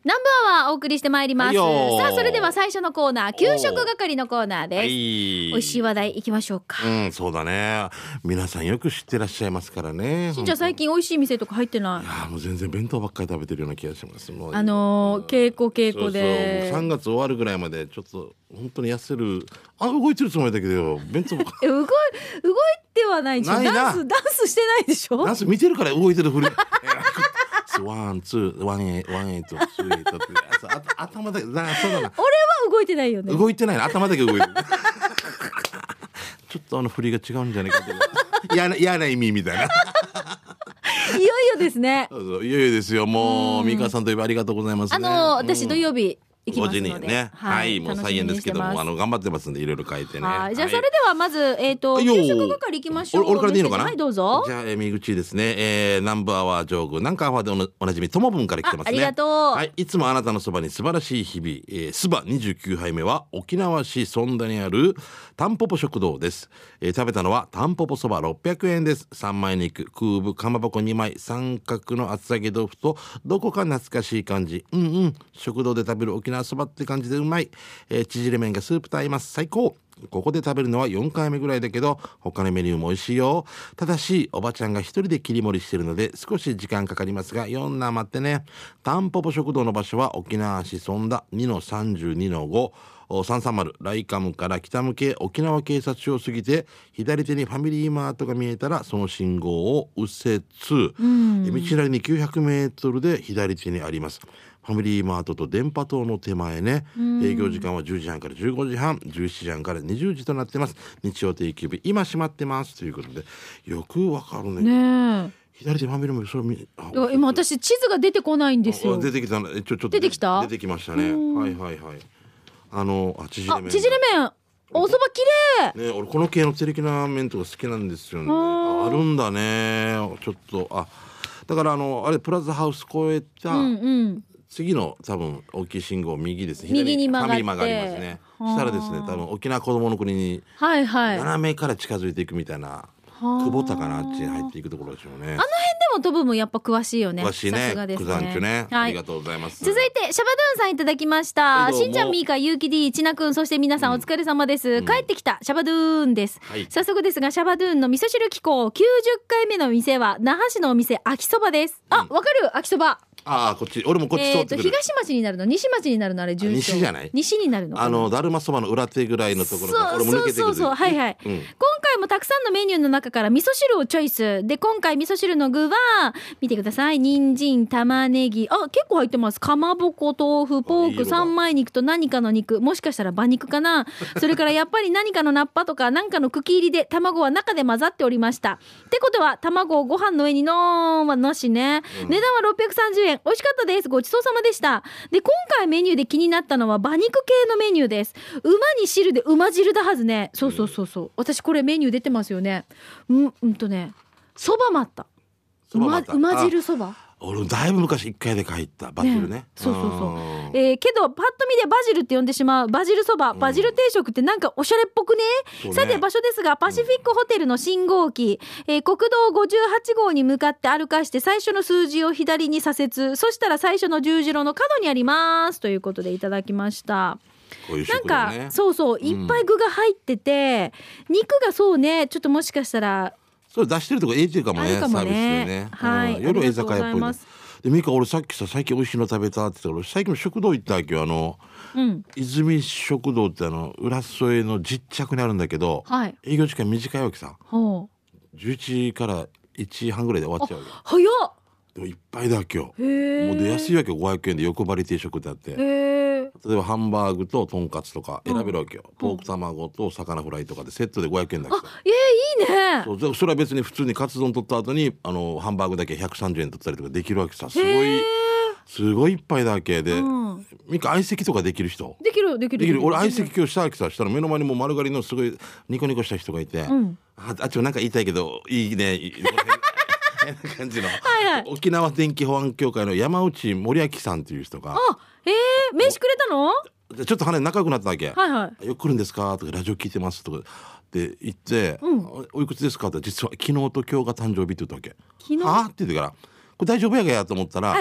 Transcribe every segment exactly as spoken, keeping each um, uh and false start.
ナンバーはお送りしてまいります。さあそれでは最初のコーナー、給食係のコーナーです。はい、美味しい話題いきましょうか。 うん、そうだね。皆さんよく知ってらっしゃいますからね。 しんちゃん最近美味しい店とか入ってない？ いやもう全然弁当ばっかり食べてるような気がします。もうあのー、稽古稽古でそうそうさんがつ終わるぐらいまでちょっと本当に痩せる、あ動いてるつもりだけど弁当ばっかり動い動いてはないでしょ。 ないな。 ダンスダンスしてないでしょ。 ダンス見てるから動いてるふりワンツーワンエワンエイトスリーと頭だけだそうだな。俺は動いてないよね。 動いてないな、頭だけ動いてるちょっとあの振りが違うんじゃないかと嫌な嫌な意味みたいないよいよですね。 そうそういよいよですよ。もう三川さんといえばありがとうございますね。 あの私土曜日行きますので、 ごじにね、はい、はい、もう再演ですけども、あの頑張ってますんでいろいろ書いてね。 はい、じゃあそれではまず、はい、えっ、ー、と給食係行きましょう。 俺からでいいのかな。 はい、どうぞ。 じゃあ、えー、右口ですね、えー、ナンバーは上宮南川アワーで お, おなじみともぶんから来てますね。 あ, ありがとう。 はい、いつもあなたのそばに素晴らしい日々、えー、スバにじゅうきゅうはいめは沖縄市尊田にあるタンポポ食堂です、えー、食べたのはタンポポそばろっぴゃくえんです。三枚肉空部かまぼこにまい三角の厚揚げ豆腐とどこか懐かしい感じ。うんうん、食堂で食べる沖縄そばって感じでうまい、えー、縮れ麺がスープと合います。最高。ここで食べるのはよんかいめぐらいだけど他のメニューも美味しいよ。ただしおばちゃんが一人で切り盛りしてるので少し時間かかりますがよんな待ってね。タンポポ食堂の場所は沖縄市尊田 にのさんじゅうにのご さんさんまるライカムから北向け沖縄警察署を過ぎて左手にファミリーマートが見えたらその信号を右折、うん、道なりにきゅうひゃくメートルで左手にあります。ファミリーマートと電波塔の手前ね。営業時間はじゅうじはんからじゅうごじはん、じゅうしちじはんからにじゅうじとなってます。日曜定休日今閉まってますということでよくわかる ね, ね左手ファミリーもそれ見今私地図が出てこないんですよ。 出てきたちょちょっと出てきた出てきましたね。はいはいはい。あのあ縮れ麺、 縮れ麺おそばきれい、 ね、俺この系の手力な麺とか好きなんですよね。 あ, あるんだね。ちょっとあだからあのあれプラザハウス越えた、うんうん、次の多分大きい信号右です。左右に曲がってファミリーマーがありますね。したらですね多分沖縄子どもの国に斜めから近づいていくみたいな、久保田かなあっちに入っていくところでしょうね。あの辺でも飛ぶもやっぱ詳しいよね。 詳しいね。 さすがですね。 九山中ね、はい、ありがとうございます。 続いてシャバドゥンさんいただきました。しんちゃん、みーか、ゆうき D、ちなくん、そして皆さんお疲れ様です、うん、帰ってきたシャバドゥンです、はい、早速ですがシャバドゥンの味噌汁機構きゅうじゅっかいめの店は那覇市のお店秋そばです。あ、わ、うん、かる秋そば。 ああこっち俺もこっち通ってくる、 えー、と東町になるの西町になるのあれ住所西じゃない西になるのあのだるまそばの裏手ぐらいのところが俺も抜けてくる。そうそうそうはいはい、うん、今回もたくさんのメニューの中から味噌汁をチョイスで今回味噌汁の具は見てください。人参玉ねぎあ結構入ってます。かまぼこ豆腐ポーク三枚肉と何かの肉もしかしたら馬肉かなそれからやっぱり何かのナッパとか何かの茎入りで卵は中で混ざっておりましたってことは卵をご飯の上にのーはなしね、うん、値段はろっぴゃくさんじゅうえん美味しかったです。ごちそうさまでした。で今回メニューで気になったのは馬肉系のメニューです。馬に汁で馬汁だはずね。そうそうそうそう、うん、私これメニュー出てますよね。うんうんとねそばもあった。馬, 馬汁そば俺だいぶ昔一回で帰ったバジル ね, ねそうそうそう、えー、けどパッと見でバジルって呼んでしまうバジルそばバジル定食ってなんかおしゃれっぽくね、うん、さて場所ですがパシフィックホテルの信号機、うんえー、国道ごじゅうはちごうに向かって歩かして最初の数字を左に左折そしたら最初の十字路の角にありますということでいただきました。 こういう食堂ね、なんかそうそういっぱい具が入ってて、うん、肉がそうねちょっともしかしたらそれ出してるとこええっていうかもね、 かもねサービスでね、 はい、 うん、夜居酒屋っぽいのでミカ俺さっきさ最近美味しいの食べたって言ったから最近食堂行ったわけよ。あの、うん、泉食堂ってあの浦添の実着にあるんだけど、はい、営業時間短いわけさ。じゅういちじからいちじはんぐらいで終わっちゃうわけ。 早っ。 でもいっぱいだ今日。もうで安いわけよ。ごひゃくえんで欲張り定食ってあって、例えばハンバーグととんかつとか選べるわけよ、うん、ポーク卵と魚フライとかでセットでごひゃくえんだけど、 あ、えー、いいね。 そうそれは別に普通にカツ丼取った後にあのハンバーグだけひゃくさんじゅうえん取ったりとかできるわけさ。すごいすごいいっぱいだけで、うん、ミカ相席とかできる人できるできるできる。俺相席今日したわけさ。したら目の前にもう丸刈りのすごいニコニコした人がいて、うん、あ, あっちもなんか言いたいけどいいね変な感じのはい、はい、沖縄電気保安協会の山内森明さんっていう人が、 あ、えー、名刺くれたの？ ちょっと話仲良くなったわけ、 はいはい、 よく来るんですかとかラジオ聞いてますとかって言って、うん、おいくつですかって実は昨日と今日が誕生日って言ったわけ。 昨日あって言ってからこれ大丈夫やがやと思ったら、はい、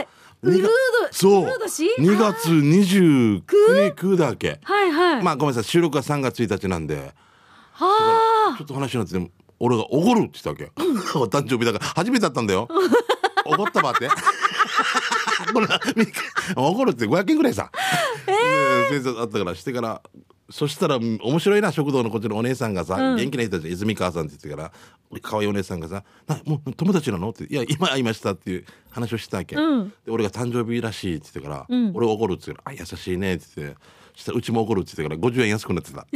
うるうどそううるう年にがつにじゅうくにちくだけ。 はいはいまあごめんなさい、収録がさんがつついたちなんで、 はちょっと話になってて、俺がおごるって言ったわけ、お誕生日だから初めてだったんだよおごったばってこれおごるってごひゃくえんぐらいさ、えー、先生あったからしてから、そしたら面白いな、食堂のこっちのお姉さんがさ、うん、元気な人たち、泉川さんって言ってから、可愛いお姉さんがさ、なもう友達なのって、いや今会いましたっていう話をしたわけ、うん、で俺が誕生日らしいって言ってから、うん、俺おごるって言ってから、あ優しいねって言って、そしたらうちもおごるって言ってからごじゅうえん安くなってた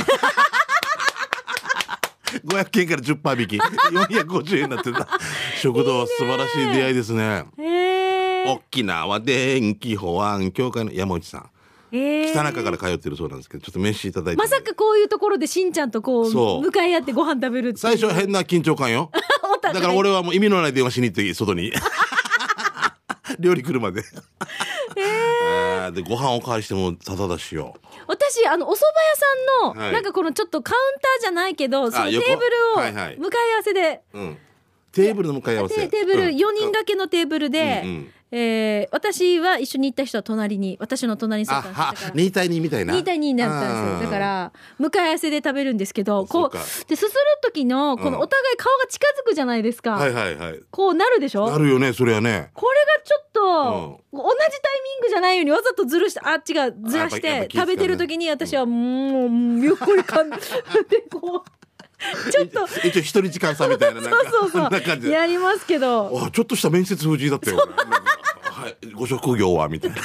ごひゃくえんから じゅっパーセント 引きよんひゃくごじゅうえんになってた食堂は素晴らしい出会いですね。へー、沖縄電気保安協会の山内さん、北中から通ってるそうなんですけど、ちょっと名刺いただいて、 まさかこういうところでしんちゃんとこう向かい合ってご飯食べるって、 最初は変な緊張感よだから俺はもう意味のない電話しに行って外に料理来るまでえー、でご飯おかわりしてもタダだしよ。 私あのお蕎麦屋さんの、はい、なんかこのちょっとカウンターじゃないけどそのテーブルを向かい合わせで、はいはい、うん、 テーブルの向かい合わせ、 テーブル、うん、よにん掛けのテーブルで、うんうん、えー、私は一緒に行った人は隣に、私の隣に座ったんですから、 に対にみたいな、 に対にになったんですよ。だから向かい合わせで食べるんですけど、こうですする時のこのお互い顔が近づくじゃないですか、うん、はいはいはい、こうなるでしょ。なるよね、それはね。 これがちょっと、うん、同じタイミングじゃないようにわざとずるして、あっちがずらして食べてる時に私はもうゆっくりかんでこうちょっと一応一人時間差みたいな、なんかそうそうそうやりますけど、 あちょっとした面接風じだったよはい、ご職業はみたいな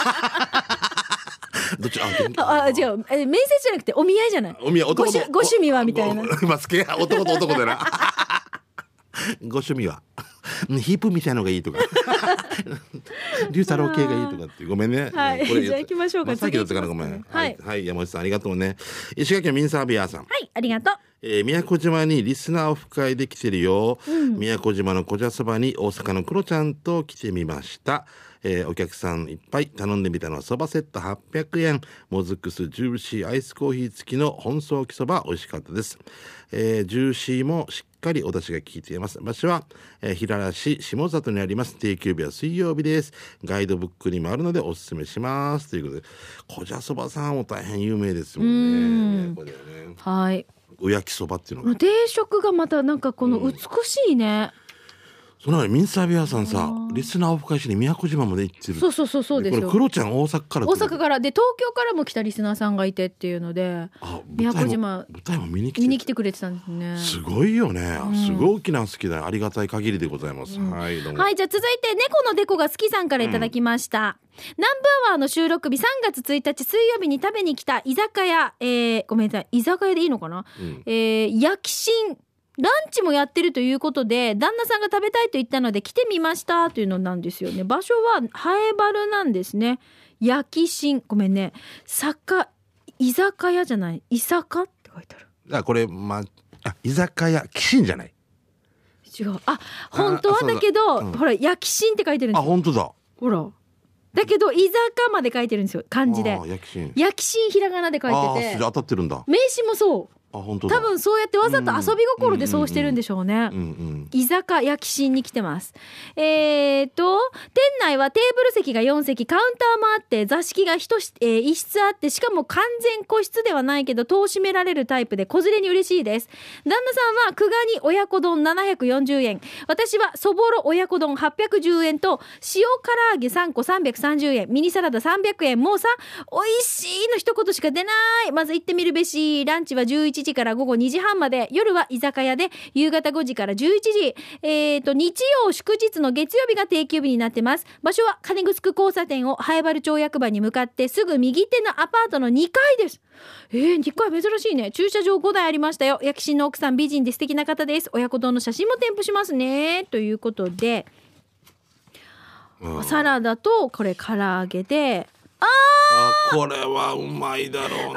どっち あ, あ違う、え面接じゃなくてお見合いじゃない、 お見合い、男とご趣味はみたいな、 まつけ男と男でなご趣味はヒープみたいのがいいとか龍太郎系がいいとかって、ごめんね、 はい、これじゃあ行きましょうか。 次だったかな、ごめん、はい、はい、山内さんありがとうね。石垣県ミンサービアさん、 はい、ありがとう。 えー、宮古島にリスナーオフ会で来てるよ、うん、宮古島のこじゃそばに大阪のクロちゃんと来てみました。えー、お客さんいっぱい頼んでみたのはそばセットはっぴゃくえん、もずく酢ジューシーアイスコーヒー付きの本草木そば、美味しかったです。えー、ジューシーもしっかりお出汁が効いています。場所は、えー、平良市下里にあります。定休日は水曜日です。ガイドブックにもあるのでおすすめしますということで、こじゃそばさんも大変有名ですもんね。これね、 はい、 お焼きそばっていうのが、 定食がまたなんかこの美しいね、 うん、そのミンサービアさんさ、リスナーオフ会しに宮古島まで行ってる。 そうそうそうそうですよ。 これクロちゃん大阪から大阪からで、東京からも来たリスナーさんがいてっていうので、宮古島舞台も見に来て見に来てくれてたんですね。 すごいよね、うん、すごい大きな好きだ、ありがたい限りでございます、うん、はいどうも。 はい、じゃあ続いて猫のデコが好きさんからいただきました、うん、南部アワーの収録日さんがつついたち水曜日に食べに来た居酒屋、えー、ごめんなさい、居酒屋でいいのかな、うん、えー、焼きしんランチもやってるということで、旦那さんが食べたいと言ったので来てみましたというのなんですよね。場所はハエバルなんですね。焼きしん、ごめんね、酒居酒屋じゃない、居酒って書いてある。 あ、これ、まあ、居酒屋きしんじゃない、 違う、あ、本当はだけど、うん、ほら焼きしんって書いてるんですよ。 あ、本当だ、 ほらだけど居酒まで書いてるんですよ、漢字で。 焼きしん、 焼きしんひらがなで書いてて、 あ、当たってるんだ。 名刺もそう、 あ、本当だ。 多分そうやってわざと遊び心でそうしてるんでしょうね。居酒屋焼きしんに来てます。えーと店内はテーブル席がよん席、カウンターもあって座敷が 1, えー、い室あって、しかも完全個室ではないけど戸を閉められるタイプで子連れに嬉しいです。旦那さんはくがに親子丼ななひゃくよんじゅうえん、私はそぼろ親子丼はっぴゃくじゅうえんと塩唐揚げさんこさんびゃくさんじゅうえん、ミニサラダさんびゃくえん。もうさ、おいしいの一言しか出ない。まず行ってみるべし。ランチはじゅういちじからごごにじはんまで、夜は居酒屋で夕方ごじからじゅういちじ、えーと日曜祝日の月曜日が定休日になってます。場所は金城交差点を南原町役場に向かってすぐ右手のアパートのにかいです。えー、にかい珍しいね。駐車場ごだいありましたよ。焼きしんの奥さん美人で素敵な方です。親子丼の写真も添付しますねということで、うん、サラダとこれ唐揚げで、ああ、これはうまいだろうな。あ、親子丼のこのトロ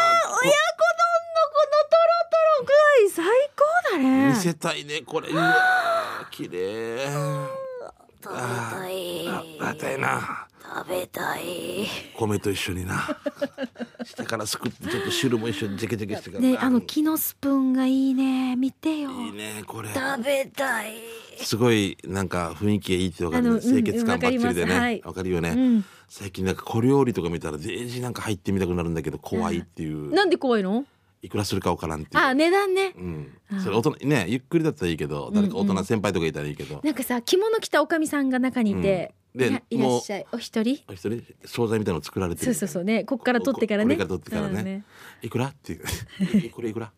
トロ具合最高だね。 見せたいねこれ。綺麗。 食べたい。 食べたいな。 食べたい。 米と一緒にな。 してからすくってちょっと汁も一緒にジェケジェケしてからね、あの木のスプーンがいいね、見てよ。 いいねこれ。 食べたい。 すごいなんか雰囲気がいいってわかる、ね、清潔感バッチリでね、わ、はい、かるよね、うん、最近なんか小料理とか見たらデージなんか入ってみたくなるんだけど怖いっていう、 うん、なんで怖いの？ いくらするかわからんっていう。 あ、値段ね、 うん、それ大人ね、ゆっくりだったらいいけど、誰か大人先輩とかいたらいいけど、うんうん、 なんかさ着物着たおかみさんが中にいて、うん、でいらっしゃい、お一人お一人惣菜みたいなの作られてる。 そうそうそうね、こっから取ってからね、 これから取ってからね、ね、いくらっていうこれいくら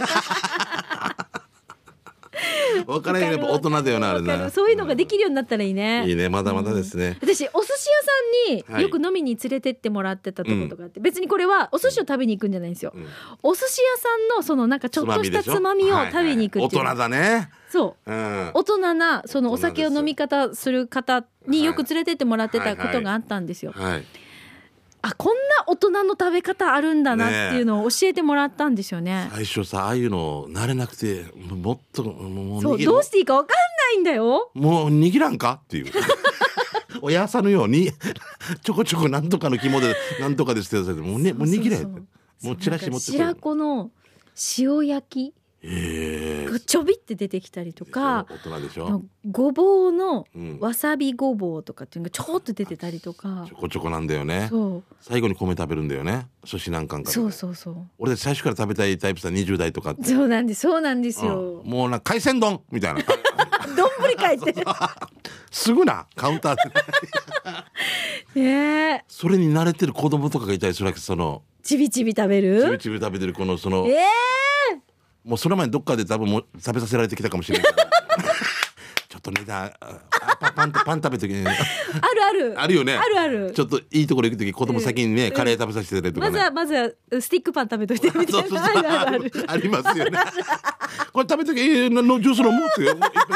分からへん、やっぱ大人だよなあれな。 そういうのができるようになったらいいね、 うん、いいね、まだまだですね、 うん、私お寿司屋さんによく飲みに連れてってもらってたとことがあって、はい、別にこれはお寿司を食べに行くんじゃないんですよ、うん、お寿司屋さんのそのなんかちょっとしたつまみを食べに行くっていう、 はいはい、大人だね。 そう、うん、大人なそのお酒を飲み方する方によく連れてってもらってたことがあったんですよ、はいはいはい、あ、こんな大人の食べ方あるんだなっていうのを教えてもらったんですよね。 最初さ、ああいうの慣れなくて、もっともうそうどうしていいか分かんないんだよ。 もう握らんかっていうおやさのようにちょこちょこなんとかの肝でなんとかですってもう、ね、もう握れ、もうチラシ持ってくる。白子の塩焼きえー、 ちょびって出てきたりとか、 大人でしょ。 ごぼうのわさびごぼうとかっていうのがちょこっと出てたりとか、 うん、ちょこちょこなんだよね。そう最後に米食べるんだよね、寿司なんかんか。 そうそうそう、 俺最初から食べたいタイプさにじゅう代とかって。 そうなんですそうなんですよ、 うん、もうなんか海鮮丼みたいな丼書いてすぐなカウンターでね、それに慣れてる子供とかがいたりするわけ。そのちびちび食べるちびちび食べてるこのその、えーもうその前にどっかで多分もう食べさせられてきたかもしれないちょっとねだパンパンパン食べる時にあるあるあるよね。 あるある。 ちょっといいところ行く時子供先にね、うん、カレー食べさせてたりとか、ね、 まずはまずはスティックパン食べといてみたいなあるあるあるありますよねこれ食べときのジュース飲もうって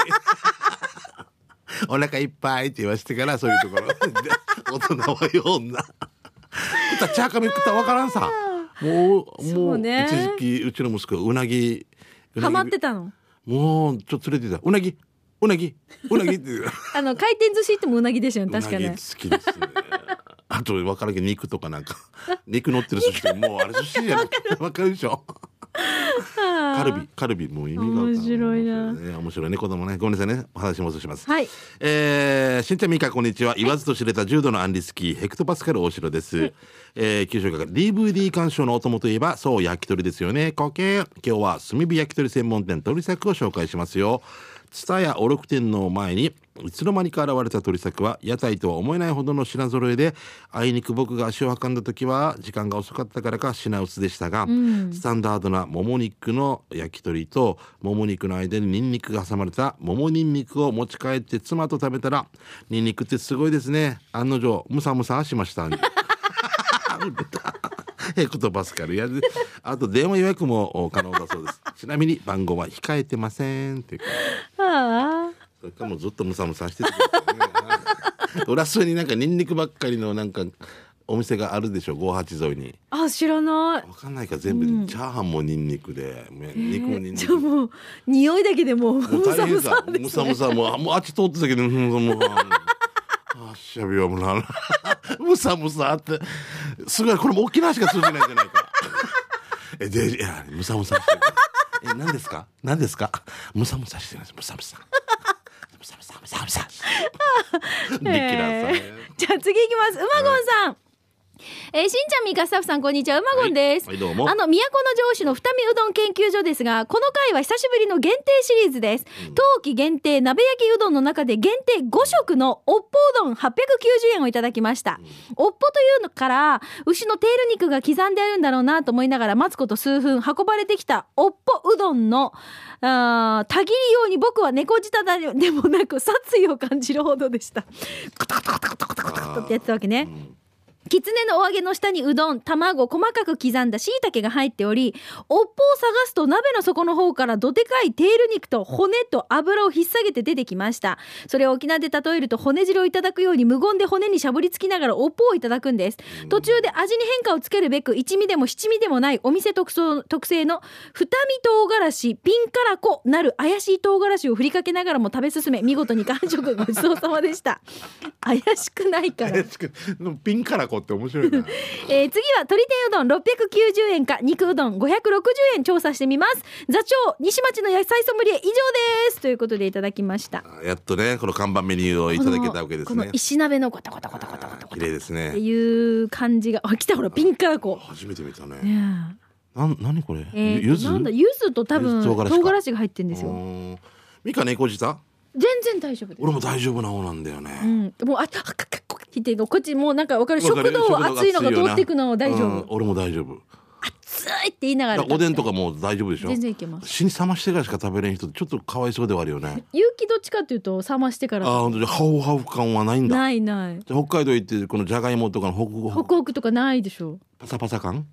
お腹いっぱいって言わせてからそういうところ大人はようなチャーカミ食ったら分からんさ。もうもう、ね、一時期うちの息子うなぎハマってたの。 もうちょっと連れてたうなぎうなぎうなぎってあの回転寿司行ってもうなぎでしょ確かに、ね、 うなぎ好きですねあと分からんけど肉とかなんか肉乗ってる寿司もうあれ寿司じゃない分かるでしょカルビカルビもう意味が分かる。面白いな、ね、面白いね子供ね。ごめんなさいね、お話戻します。はい、えー、しんちゃんみーかこんにちは。言わずと知れた柔道のアンリスキーヘクトパスカル大城です、はい、えー、九州から ディーブイディー 鑑賞のお供といえばそう焼き鳥ですよね。コケ今日は炭火焼き鳥専門店鳥作を紹介しますよ。蔦屋おろく店の前にいつの間にか現れた鳥作は屋台とは思えないほどの品揃えで、あいにく僕が足を運んだ時は時間が遅かったからか品薄でしたが、うん、スタンダードなもも肉の焼き鳥ともも肉の間にニンニクが挟まれたももニンニクを持ち帰って妻と食べたら、ニンニクってすごいですね、案の定ムサムサしましたヘクトパスカルやる。あと電話予約も可能だそうです。ちなみに番号は控えてませんっていうか、ああそれかもずっとムサムサしてて浦添になんかニンニクばっかりのなんかお店があるでしょ、ごじゅうはち沿いに。 あ、知らない。 わかんないから全部、うん、チャーハンもニンニクで、肉もニンニク、 えー、じゃあもう匂いだけでもうムサムサですね。 ムサムサもう、もうあっち通ってたけどもうあっしゃびはもうなムサムサってすごい、これも沖縄しか通じないんじゃないかえでいやムサムサしてるえ何ですか何ですかムサムサしてるんです。ムサムサムサムサムサムサできなさい、 えー、じゃあ次いきます。うまごんさん、はいえー、しんちゃんみかスタッフさんこんにちは、うまごんです、 はいはい、どうも。 あの都城市の二見うどん研究所ですが、この回は久しぶりの限定シリーズです、うん、冬季限定鍋焼きうどんの中で限定ご食のおっぽうどんはっぴゃくきゅうじゅうえんをいただきました、うん、おっぽというのから牛のテール肉が刻んであるんだろうなと思いながら待つこと数分、運ばれてきたおっぽうどんのあたぎりように僕は猫舌でもなく殺意を感じるほどでした。コタコタコタコタコタコタってやってたわけね、うんきつねのお揚げの下にうどん、卵、細かく刻んだ椎茸が入っており、おっぽを探すと鍋の底の方からどでかいテール肉と骨と油を引っ提げて出てきました。それを沖縄で例えると骨汁をいただくように無言で骨にしゃぶりつきながらおっぽをいただくんです。途中で味に変化をつけるべく一味でも七味でもないお店特製特製の二味唐辛子、ピンカラコなる怪しい唐辛子を振りかけながらも食べ進め、見事に完食ごちそうさまでした。怪しくないから。 ピンカラコ子って面白いな。 えー、次は鶏天うどんろっぴゃくきゅうじゅうえんか肉うどんごひゃくろくじゅうえん調査してみます。座長西町の野菜ソムリエ以上ですということでいただきました。 やっとねこの看板メニューをいただけたわけですね。 この石鍋のゴタゴタゴタゴタゴタ綺麗ですねっていう感じが、あ、来たほらピンカーコ。 初めて見たね。 ねなん何これ、 えー、 ゆずなんだ柚子と多分唐辛子か唐辛子が入ってるんですよ。 ミカ猫舌全然大丈夫です。 俺も大丈夫な方なんだよね、 うん、もうあっかっかっこ聞いてこっちもうなんか分かる、食道熱いのが通っていくの大丈夫、 うん、俺も大丈夫。 熱いって言いながらおでんとかも大丈夫でしょ。 全然いけます。 死に冷ましてからしか食べれん人ってちょっとかわいそうではあるよね。 勇気どっちかっていうと冷ましてから。 ああ、本当にハウハウ感はないんだ。 ないない。 じゃあ北海道行ってこのじゃがいもとかのホクホクホクとかないでしょ。 パサパサ感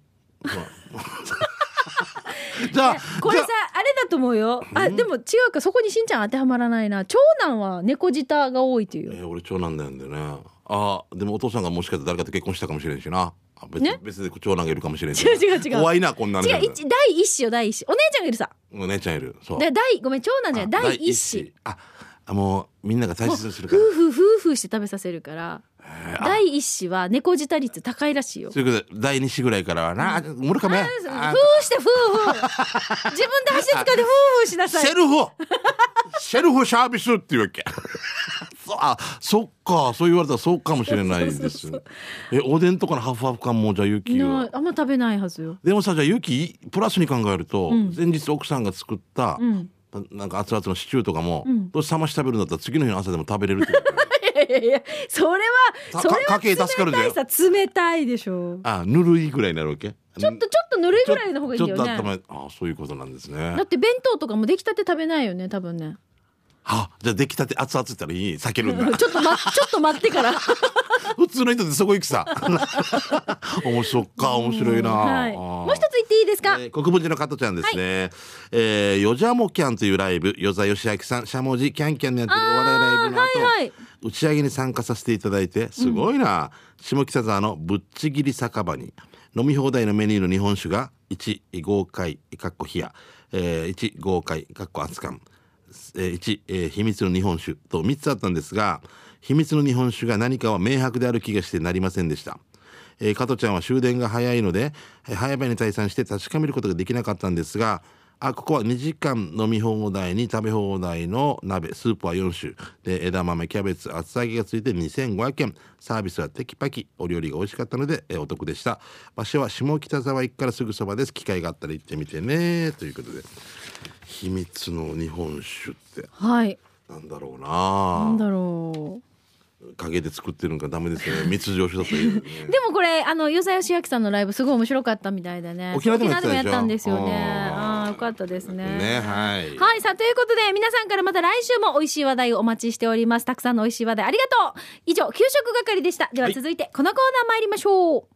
じゃあこれさあれだと思うよ。あ、でも違うか、そこにしんちゃん当てはまらないな。長男は猫舌が多いという。 えー、俺長男なんだよね。ああ、でもお父さんがもしかしたら誰かと結婚したかもしれんしな。別、ね、別で長男がいるかもしれんし。 違う違う違う。 怖いなこんなの。 違う、第一子よ第一子。お姉ちゃんがいるさ。 お姉ちゃんいる。そう。 で第ごめん長男じゃない第一子。 あ、もうみんなが大切にするから。 夫婦夫婦して食べさせるから。第一子は猫舌率高いらしいよ。 そういうことで第二子ぐらいからはな、村上夫婦して夫婦自分で箸使って夫婦しなさい。 セルフセルフサービスっていうわけそ, あそっか、そう言われたらそうかもしれないです。そうそうそう、えおでんとかのハフハフ感もじゃあユキはあんま食べないはずよ。 でもさ、じゃあユキプラスに考えると、うん、前日奥さんが作った、うん、なんか熱々のシチューとかも、うん、どうせ冷まし食べるんだったら次の日の朝でも食べれるってこといやいやそれはそれは冷たいさ、冷たいでしょ。 あ、ぬるいぐらいになるわけ。 ちょっとちょっとぬるいぐらいの方がいいんだよね。ちょっと温め、 あ、そういうことなんですね。 だって弁当とかも出来たて食べないよね多分ね。 は、じゃあ出来たて熱々って言ったらいい避けるんだちょっと、ま、ちょっと待ってから普通の人ってそこ行くさ面白か、面白いな、 はい、もう一つ言っていいですか。 えー、国分寺の加トちゃんですね、はい、えー、よじゃもキャンというライブ、与座義明さんしゃもじキャンキャンのやってるお笑いライブの後、はいはい、打ち上げに参加させていただいてすごいな、うん、下北沢のぶっちぎり酒場に飲み放題のメニューの日本酒がいち豪快かっこ冷や、えー、いち豪快かっこ熱燗、いち、えー、秘密の日本酒とみっつあったんですが、秘密の日本酒が何かは明白である気がしてなりませんでした。えー、加トちゃんは終電が早いので、えー、早々に退散して確かめることができなかったんですが、あ、ここはにじかん飲み放題に食べ放題の鍋、スープはよん種で、枝豆、キャベツ、厚揚げがついてにせんごひゃくえん、サービスはテキパキ、お料理が美味しかったので、えー、お得でした。場所は下北沢駅からすぐそばです。機会があったら行ってみてねということで、秘密の日本酒って、 はい、 なんだろうな、 なんだろう、 影で作ってるんかダメですね。密醸酒だといい、ね、 でもこれあの与謝義明さんのライブすごい面白かったみたいでね。 沖縄でもやったでしょ。 沖縄でもやったんですよね。ああ、よかったですね。 ね、はい。 はい、さあということで皆さんからまた来週も美味しい話題をお待ちしております。たくさんの美味しい話題ありがとう。以上給食係でした。では続いてこのコーナー参りましょう。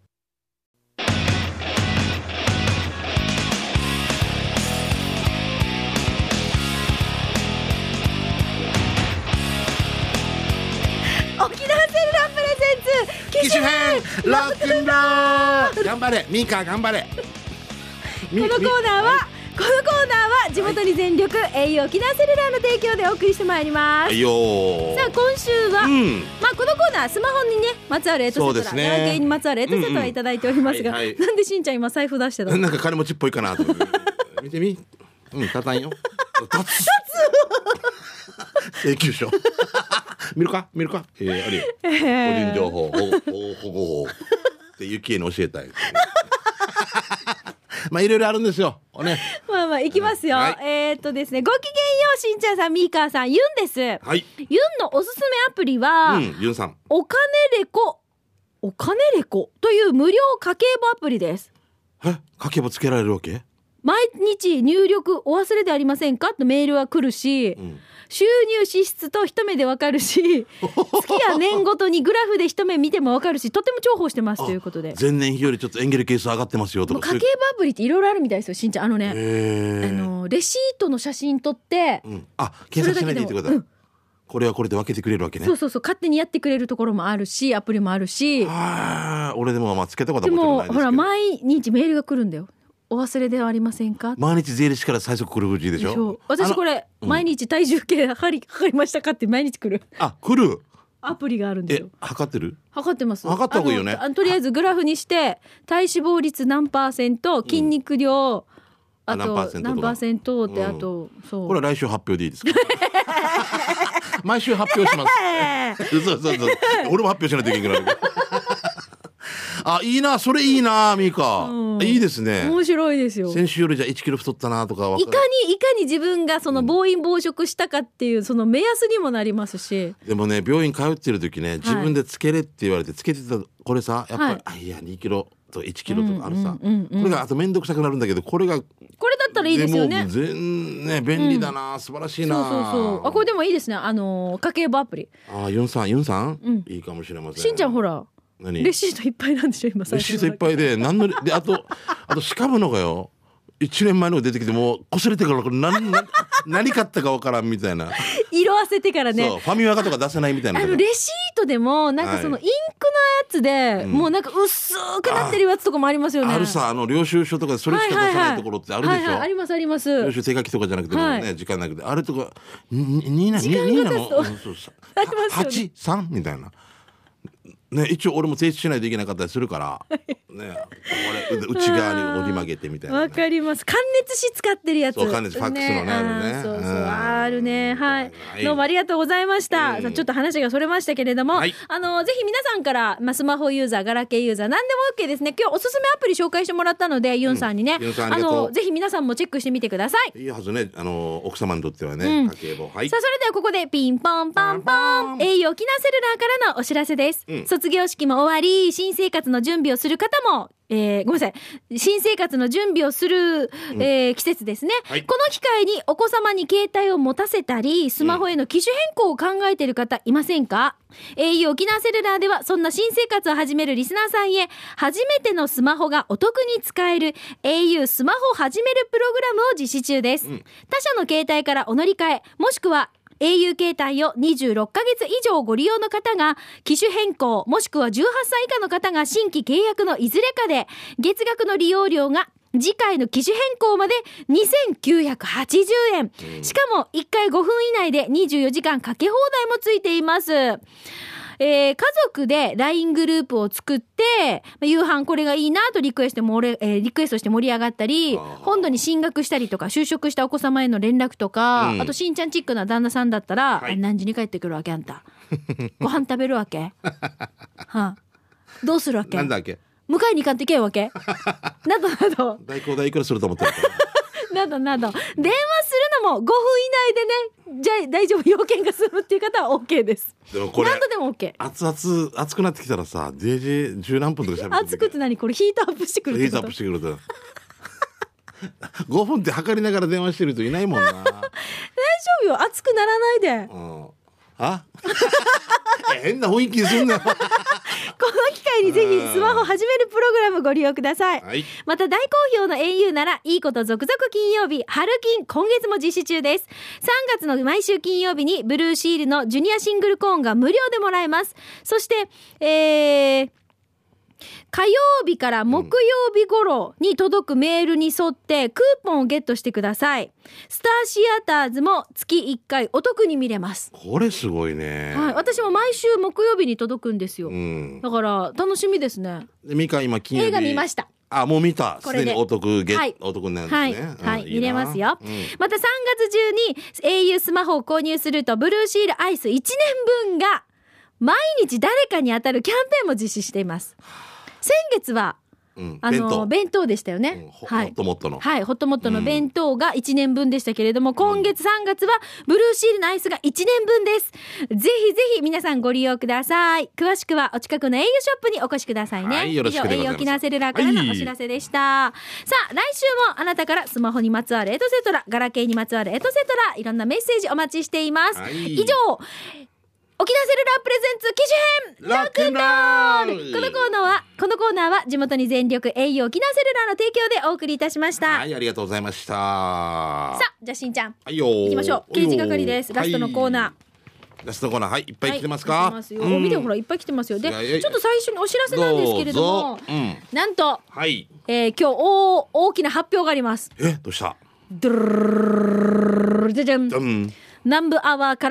沖縄セルラープレゼンツ機種編ロックンロール、頑張れミカ頑張れ。 このコーナーは、はい、このコーナーは地元に全力、はい、au 沖縄セルラーの提供でお送りしてまいります。 はいよー。 さあ今週は、うん、まあこのコーナースマホにねまつわるエトセトラ、 ね、 ガラケーにまつわるエトセトラいただいておりますが、うんうん、はいはい、なんでしんちゃん今財布出してたの。 なんか金持ちっぽいかなと思って見てみ、うん、立たんよ立つ請求書見るか見るか、えー、あるよ、えー、個人情報保護法ってゆきえに教えたいまあいろいろあるんですよ、ね、 まあまあいきますよ、はい、えー、っとですね、ごきげんようしんちゃんさん、みーかーさん、ユンです。はい、ユンのおすすめアプリは、うん、 ユンさん、 お金レコお金レコという無料家計簿アプリです。 え、家計簿つけられるわけ？ 毎日入力お忘れでありませんかとメールは来るし、うん、収入支出と一目でわかるし月や年ごとにグラフで一目見てもわかるし、とても重宝してますということで、 前年比よりちょっとエンゲル係数上がってますよとか。 家計簿アプリっていろいろあるみたいですよしんちゃん。あのね、あのレシートの写真撮って、うん、 あ、検索しないでいいってことだ、うん、これはこれで分けてくれるわけね。 そうそうそう、勝手にやってくれるところもあるし、アプリもあるし。 あ、俺でもまあつけたことはもちろんないですけど、 でもほら毎日メールが来るんだよ。お忘れではありませんか。 毎日税理士から最速来るでしょ。 私これ、うん、毎日体重計測り測りましたかって毎日来る。 あ、来る。 アプリがあるんですえよ。 測ってる？ 測ってます。 測った方がいいよね。 あのとりあえずグラフにして体脂肪率何パーセント、筋肉量、 うん、 あと何パーセントとか何パーセントって、 うん、 あとそうこれは来週発表でいいですか？毎週発表しますそうそうそう俺も発表しないといけないあ、いいな、それいいな、ミカ、うん、いいですね。 面白いですよ。 先週よりじゃいちキロ太ったなとかいかにいかに自分がその暴飲暴食したかっていうその目安にもなりますし、 でもね、病院通ってる時ね、自分でつけれって言われてつけてた、これさやっぱり、はい、あ、いやにキロといちキロとかあるさ、うんうんうんうん、これがあと面倒くさくなるんだけど、これがこれだったらいいですよね。 でも全ね便利だな、うん、素晴らしいな。 そうそうそう、あ、これでもいいですね。あの家計簿アプリ。 あ、ユンさんユンさん、うん、いいかもしれません。 しんちゃんほら何レシートいっぱいなんでしょ今。 レシートいっぱいで何のであとあとしかものがよ、いちねんまえのが出てきてもう擦れてからこれ 何, 何, 何買ったかわからんみたいな色あせてからね。 そうファミマガとか出せないみたいな。 あのレシートでもなんかそのインクのやつで、はい、もうなんか薄くなってるやつとかもありますよね。 あ, あるさ、あの領収書とかでそれしか出さないところってあるでしょ、はいはいはい、 ありますあります。 領収手書きとかじゃなくてもね、はい、時間なくてあれとかにな時間が経つとはち、さんみたいなね、一応俺も提出しないといけなかったりするから、ね、俺内側に折り曲げてみたいな、ね、 わかります。感熱紙使ってるやつ。 そう、感熱ファックスのね、あるね。 そうそう、あるね。はい、はい、どうもありがとうございました、うん、ちょっと話がそれましたけれども、はい、あのぜひ皆さんから、まあ、スマホユーザー、ガラケーユーザー何でも OK ですね。今日おすすめアプリ紹介してもらったので、ユンさんにね、うん、あのぜひ皆さんもチェックしてみてください。 いいはずね、あの奥様にとってはね、うん、家計簿、はい、 さあそれではここでピンポンパンポン au 沖縄セルラーからのお知らせです、うん、卒業式も終わり新生活の準備をする方も、えー、ごめんなさい、新生活の準備をする、うん、えー、季節ですね、はい、この機会にお子様に携帯を持たせたりスマホへの機種変更を考えている方いませんか、うん、au 沖縄セルラーではそんな新生活を始めるリスナーさんへ初めてのスマホがお得に使える au スマホ始めるプログラムを実施中です、うん、他社の携帯からお乗り換えもしくはau 携帯をにじゅうろっかげつ以上ご利用の方が機種変更もしくはじゅうはっさい以下の方が新規契約のいずれかで月額の利用料が次回の機種変更までにせんきゅうひゃくはちじゅうえん、うん、しかもいっかいごふん以内でにじゅうよじかんかけ放題もついています。えー、家族で ライン グループを作って夕飯これがいいなとリクエストも、えー、リクエストして盛り上がったり本土に進学したりとか就職したお子様への連絡とか、うん、あとしんちゃんチックな旦那さんだったら、はい、何時に帰ってくるわけあんたご飯食べるわけはあ、どうするわけなんだっけ迎えに行かんといけんわけなどなど代行代いくらすると思ってるかなどなど電話するのもごふん以内でねじゃあ大丈夫要件が済むっていう方は OK です。 でもこれ何度でも OK。 熱々熱くなってきたらさ ディージェー 十何分とかしゃべって熱くって何これヒートアップしてくるってこと？ ヒートアップしてくるとごふんって測りながら電話してる人いないもんな大丈夫よ熱くならないで、うん、 あ変な雰囲気すんなこの機会にぜひスマホ始めるプログラムご利用ください、 はい、 また大好評の au ならいいこと続々金曜日春金今月も実施中です。さんがつの毎週金曜日にブルーシールのジュニアシングルコーンが無料でもらえます。そしてえー火曜日から木曜日頃に届くメールに沿ってクーポンをゲットしてください。スターシアターズも月いっかいお得に見れます。 これすごいね、 はい、私も毎週木曜日に届くんですよ、うん、だから楽しみですね。 でミカ今金曜日映画見ました。 あ、もう見た。すでにお得ゲ、はい、お得になるんですね。 はい、はい、見れますよ、うん、またさんがつ中に au スマホを購入するとブルーシールアイスいちねんぶんが毎日誰かに当たるキャンペーンも実施しています。先月は、うん、あの弁当、弁当でしたよね、 うん、はい、ホットモットのはいホットモットの弁当がいちねんぶんでしたけれども、うん、今月さんがつはブルーシールのアイスがいちねんぶんです。ぜひぜひ皆さんご利用ください。詳しくはお近くの au ショップにお越しくださいね、はい、 よろしくでございます。 以上 au 沖縄セルラーからのお知らせでした、はい、さあ来週もあなたからスマホにまつわるエトセトラガラケーにまつわるエトセトラいろんなメッセージお待ちしています、はい、以上沖縄セルラープレゼンツ機種編ロックンロール。このコーナーはこのコーナーは地元に全力 au 沖縄セルラーの提供でお送りいたしました。 はい、ありがとうございました。さあじゃあしんちゃん、 はいよ行きましょう。刑事係です。ラストのコーナー、はい、 ラストコーナー、はい、いっぱい来てますか？ はい、ますよ、うん、見てほらいっぱい来てますよ。でちょっと最初にお知らせなんですけれども、うん、なんと、 はい、 えー、今日大大きな発表があります。 え、どうした？ ドゥルルルルルルルじゃじゃん、南部アワーから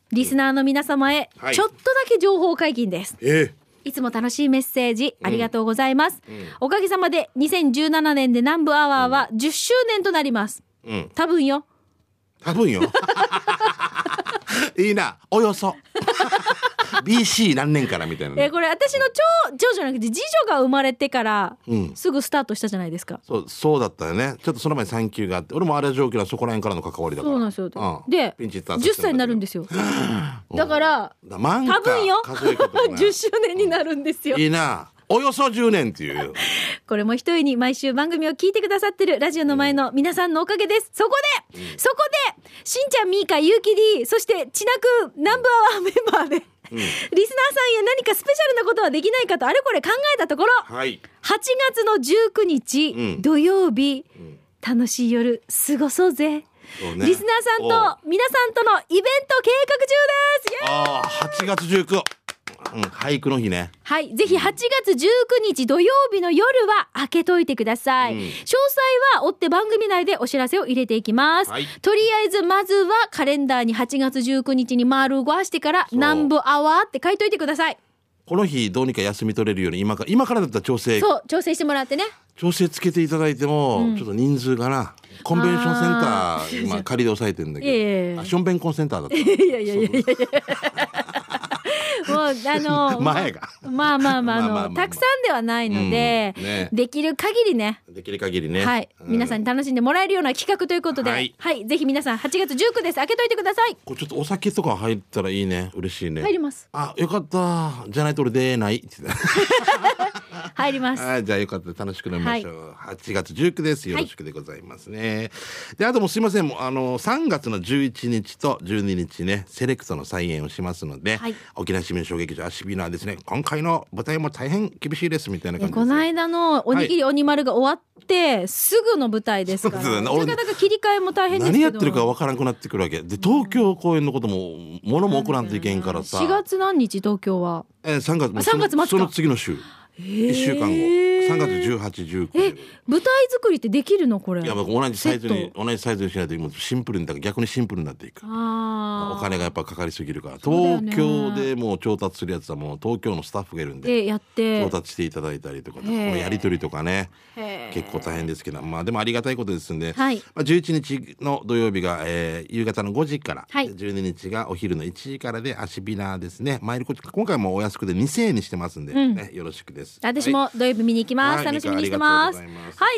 リスナーの皆様へはいちょっとだけ情報解禁です、 えいつも楽しいメッセージありがとうございます、 うんうん、 おかげさまでにせんじゅうななねんで南部アワーはじゅっしゅうねんとなります、 うん、 多分よ多分よいいな、およそビーシー 何年からみたいな、ね、 えこれ私の長長女じゃなくて次女が生まれてから、うん、すぐスタートしたじゃないですか。 そうそうだったよね。ちょっとその前に産休があって、俺もあれは上級はそこら辺からの関わりだから。 そうなんですよ、 うん、 でじゅっさいになるんですよだから多分よじゅっしゅうねんになるんですよ。 いいな、およそじゅうねんっていうこれも一重に毎週番組を聞いてくださってるラジオの前の皆さんのおかげです。そこで、うん、そこでしんちゃん、みーか、ゆうき D、 そしてちなく南部アワーメンバーで、うん、リスナーさんへ何かスペシャルなことはできないかとあれこれ考えたところ、はい、はちがつのじゅうくにち、うん、土曜日、うん、楽しい夜過ごそうぜ、そうね、リスナーさんと皆さんとのイベント計画中です。 あーはちがつじゅうく、うん、俳句の日ね。 はい、ぜひはちがつじゅうくにち土曜日の夜は開けといてください、うん、詳細は追って番組内でお知らせを入れていきます、はい、とりあえずまずはカレンダーにはちがつじゅうくにちに丸ごしてから南部アワーって書いといてください。 この日どうにか休み取れるように今か今からだったら調整そう調整してもらってね、 調整つけていただいても、うん、ちょっと人数がなコンベンションセンター今仮で抑えてるんだけど、いやいやいや、ションベンコンセンターだった。いやいやいやいやいやもうあの前がまあまあまああの、まあまあまあまあ、たくさんではないので、うんね、できる限りねできる限りね、 はい、うん、皆さんに楽しんでもらえるような企画ということで、はい、はい、ぜひ皆さんはちがつじゅうくです、開けといてください。 これちょっとお酒とか入ったらいいね、嬉しいね。 入ります。 あ、よかった、じゃないと俺出ない入ります。 あ、じゃあよかった、楽しく飲みましょう、はい、はちがつじゅうくです。よろしくでございますね、はい、であともすいません、もうあのさんがつのじゅういちにちとじゅうににちねセレクトの再演をしますので、はい、沖縄市民小劇場アシビナーですね、今回の舞台も大変厳しいですみたいな感じです。 この間のおにぎり鬼丸が終わって、はい、すぐの舞台ですから、なかなか切り替えも大変ですけど、 何やってるかわからなくなってくるわけで、東京公演のことも物も送らんといけんからさ、 しがつ何日東京は、 えー、さんがつもさんがつ末か、 その次の週いっしゅうかんご、さんがつじゅうはち、じゅうく。 え、舞台作りってできるのこれ？ いや、同じサイズに同じサイズにしないともうシンプルに、だから逆にシンプルになっていく。あ、お金がやっぱかかりすぎるから、東京でもう調達するやつはもう東京のスタッフがいるんで、 やって調達していただいたりとか、このやり取りとかね結構大変ですけど、まあでもありがたいことですんで、はい、まあ、じゅういちにちの土曜日が、えー、夕方のごじから、はい、じゅうににちがお昼のいちじからでアシビナーですね。マイルコ今回もお安くでにせんえんにしてますんで、ね、うん、よろしくです。 私も土曜日見に行きます、はい、楽しみにしてます。はい、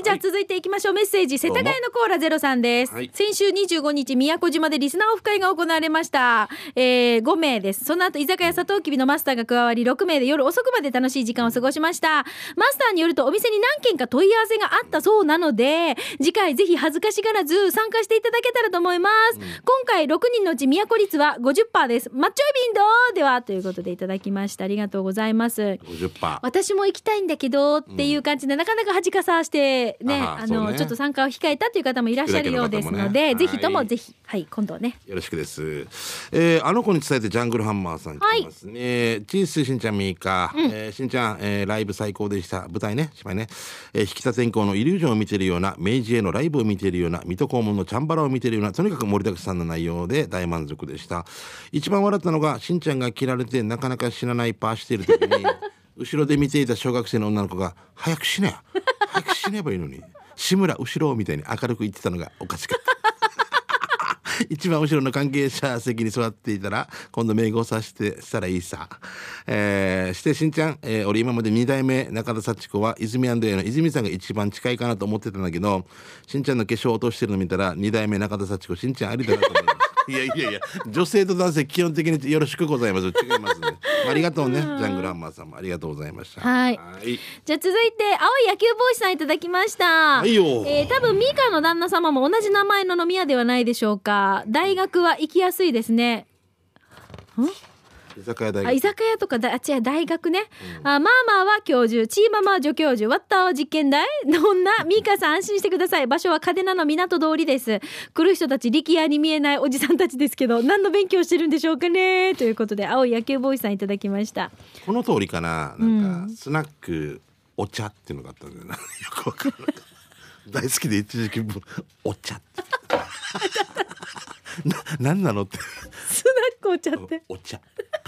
じゃあ続いていきましょう。メッセージ、世田谷のコーラゼロさんです、はい、先週にじゅうごにち宮古島でリスナーオフ会が行われました、えー、ごめいです。その後居酒屋サトウキビのマスターが加わりろくめいで夜遅くまで楽しい時間を過ごしました。マスターによるとお店に何件か問い合わせがあったそうなので、次回ぜひ恥ずかしがらず参加していただけたらと思います、うん、今回ろくにんのうち宮古率は ごじゅっパーセント です。マッチョイビンドではということでいただきました。ありがとうございます。 ごじゅっパーセント私も行きたいんだけどっていう感じで、うん、なかなか恥かさしてね、あの、ね、ちょっと参加を控えたという方もいらっしゃるようですので、ね、ぜひともぜひ、はい、今度はねよろしくです、えー、あの子に伝えてジャングルハンマーさん来てますね、はい、チースしんちゃんみーか、うん、えー、しんちゃん、えー、ライブ最高でした。舞台ね、芝居ね、えー、引田天功のイリュージョンを見てるような、明治へのライブを見ているような、水戸黄門のチャンバラを見ているような、とにかく盛りだくさんの内容で大満足でした。一番笑ったのがしんちゃんが切られてなかなか死なないパーしている時に後ろで見ていた小学生の女の子が早く死ね早く死ねばいいのに志村後ろみたいに明るく言ってたのがおかしかった一番後ろの関係者席に座っていたら今度名簿させてしたらいいさ、えー、してしんちゃん、えー、俺今までにだいめ中田幸子は泉&エの泉さんが一番近いかなと思ってたんだけど、しんちゃんの化粧落としてるの見たらにだいめ中田幸子しんちゃんありだなと思いますいやいやいや、女性と男性基本的によろしくございます。違いますね。ありがとうね、ジャングルハンマーさんもありがとうございました。 はい。はい、じゃあ続いて青い野球帽子さんいただきました。はいよ。えー、多分ミカの旦那様も同じ名前の飲み屋ではないでしょうか。大学は行きやすいですね。ん？ 居酒屋大学。 あ、居酒屋とかだ、あ、違う、大学ね、うん、あ、マーマーは教授、チーママは助教授、ワッターは実験台の女、ミーカさん安心してください。場所は嘉手納の港通りです。来る人たち力也に見えないおじさんたちですけど、何の勉強してるんでしょうかね、ということで青い野球ボーイさんいただきました。 この通りかな、なんかスナックお茶っていうのがあったんだよな、よくわかんない大好きで一時期お茶ってな、何なのってスナッ紅茶ってお茶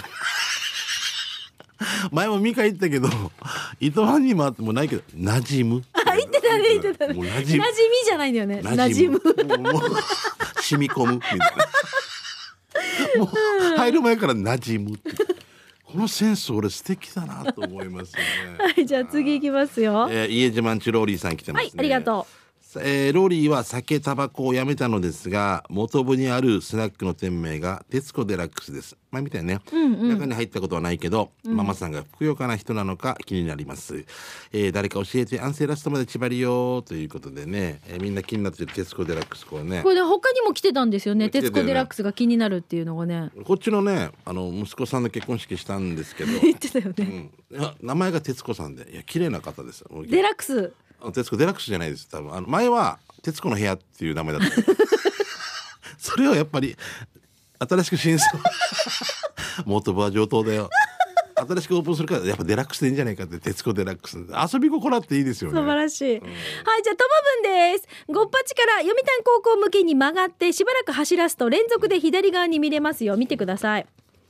前もミカ言ったけど糸満にもあってもないけど馴染むあ言ってたね言ってたねもう馴馴染みじゃないんだよね馴染むもう染み込むみたいなもう入る前から馴染むってこのセンス俺素敵だなと思いますよね。 はいじゃあ次いきますよ、 えー、家自慢ちローリーさん来てますね。 はいありがとう。 えー、ローリーは酒タバコをやめたのですが元部にあるスナックの店名が徹子デラックスです。前みたいね、うんうん、中に入ったことはないけど、うん、ママさんがふくよかな人なのか気になります、えー、誰か教えてアンセラストまで縛りよということでね、えー、みんな気になってる徹子デラックスこれねこれで他にも来てたんですよね徹子デラックスが気になるっていうのがねこっちのねあの息子さんの結婚式したんですけど言ってたよね、 うん、いや名前が徹子さんでいや綺麗な方ですデラックス徹子デラックスじゃないです多分あの前は徹子の部屋っていう名前だったそれをやっぱり新しく新装元部は上等だよ新しくオープンするからやっぱデラックスでいいんじゃないかって徹子デラックス遊び心あっていいですよね素晴らしい、うん、はいじゃあともぶんですごっぱちから読谷高校向けに曲がってしばらく走らすと連続で左側に見れますよ見てください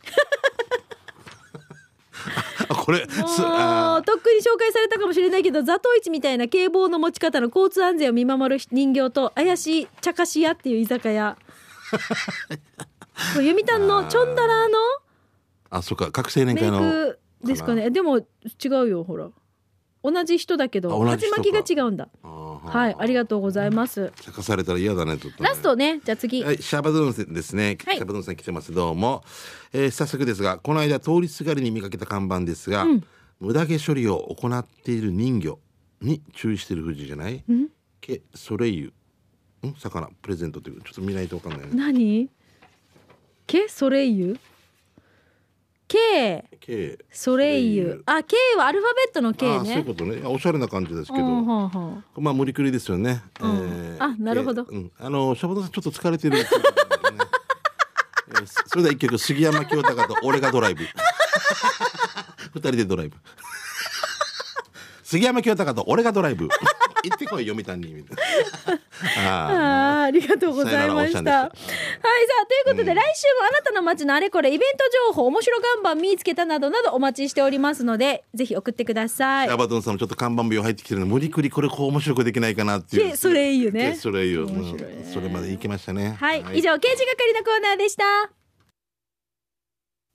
これもうとっくに紹介されたかもしれないけど座頭市みたいな警棒の持ち方の交通安全を見守る人形と怪しい茶菓子屋っていう居酒屋読谷のチョンダラーのあそっか各青年会のメイクですかねでも違うよほら同じ人だけど鉢巻きが違うんだはいありがとうございます茶化されたら嫌だねと、ね、 ラストねじゃあ次、 はい、シャバドゥンですね、はい、シャバドゥンさん来てますどうも、えー、早速ですがこの間通りすがりに見かけた看板ですが、うん、無駄毛処理を行っている人魚に注意している富士じゃない、うん、ケソレイユん魚プレゼントっていうちょっと見ないと分かんない、ね、 何ケソレイユK ソレイユあ K はアルファベットの K ねあそういうことねおしゃれな感じですけど、うんはんはんまあ無理くりですよね、 うんえー、あなるほど、 うん、あのシャバドさんちょっと疲れてる、ねえー、それでは一曲杉山清隆と俺がドライブ二人でドライブ杉山清隆と俺がドライブ行ってこい読谷にみたいなああありがとうございました。はいさあということで、うん、来週もあなたの街のあれこれイベント情報面白看板見つけたなどなどお待ちしておりますのでぜひ送ってください。 アバトンさんもちょっと看板病入ってきてるの無理くりこれこう面白くできないかなっていうそれいいよねそれいいよ、うん、それまでいきましたね。 はい、はい、以上刑事係のコーナーでした。